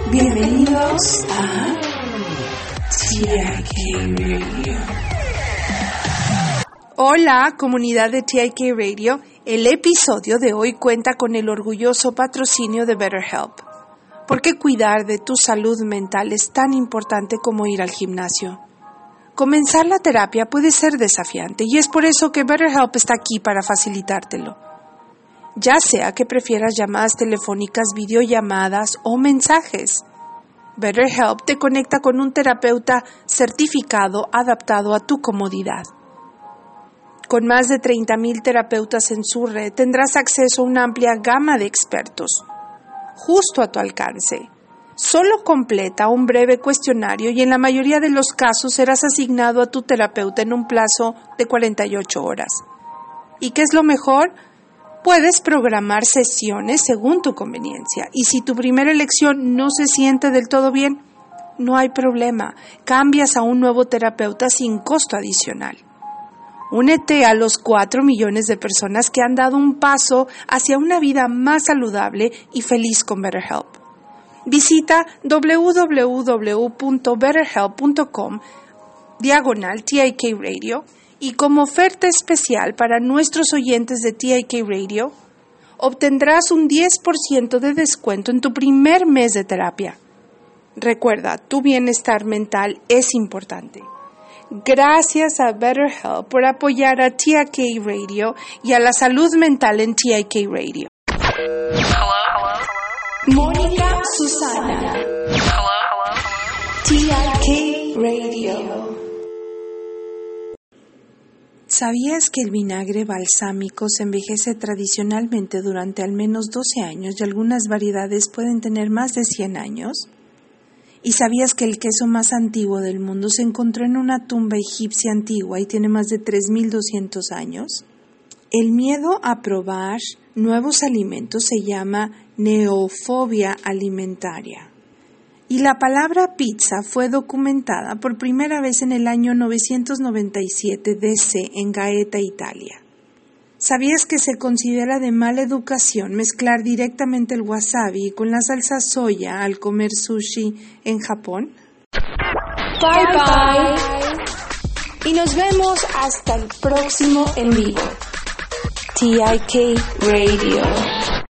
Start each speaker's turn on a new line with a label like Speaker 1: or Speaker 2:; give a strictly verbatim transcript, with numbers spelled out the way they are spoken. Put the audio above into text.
Speaker 1: Bienvenidos a T I K Radio.
Speaker 2: Hola, comunidad de T I K Radio. El episodio de hoy cuenta con el orgulloso patrocinio de BetterHelp. ¿Por qué cuidar de tu salud mental es tan importante como ir al gimnasio? Comenzar la terapia puede ser desafiante y es por eso que BetterHelp está aquí para facilitártelo. Ya sea que prefieras llamadas telefónicas, videollamadas o mensajes, BetterHelp te conecta con un terapeuta certificado adaptado a tu comodidad. Con más de treinta mil terapeutas en su red, tendrás acceso a una amplia gama de expertos, justo a tu alcance. Solo completa un breve cuestionario y en la mayoría de los casos serás asignado a tu terapeuta en un plazo de cuarenta y ocho horas. ¿Y qué es lo mejor? Puedes programar sesiones según tu conveniencia y si tu primera elección no se siente del todo bien, no hay problema. Cambias a un nuevo terapeuta sin costo adicional. Únete a los cuatro millones de personas que han dado un paso hacia una vida más saludable y feliz con BetterHelp. Visita w w w punto betterhelp punto com diagonal T I K Radio y como oferta especial para nuestros oyentes de T I K Radio, obtendrás un diez por ciento de descuento en tu primer mes de terapia. Recuerda, tu bienestar mental es importante. Gracias a BetterHelp por apoyar a T I K Radio y a la salud mental en T I K Radio.
Speaker 1: Hello, hello. Mónica Susana. Hello, hello. T I K Radio.
Speaker 2: ¿Sabías que el vinagre balsámico se envejece tradicionalmente durante al menos doce años y algunas variedades pueden tener más de cien años? ¿Y sabías que el queso más antiguo del mundo se encontró en una tumba egipcia antigua y tiene más de tres mil doscientos años? El miedo a probar nuevos alimentos se llama neofobia alimentaria. Y la palabra pizza fue documentada por primera vez en el año novecientos noventa y siete D C en Gaeta, Italia. ¿Sabías que se considera de mala educación mezclar directamente el wasabi con la salsa soya al comer sushi en Japón?
Speaker 1: Bye bye. Y nos vemos hasta el próximo en vivo. T I K Radio.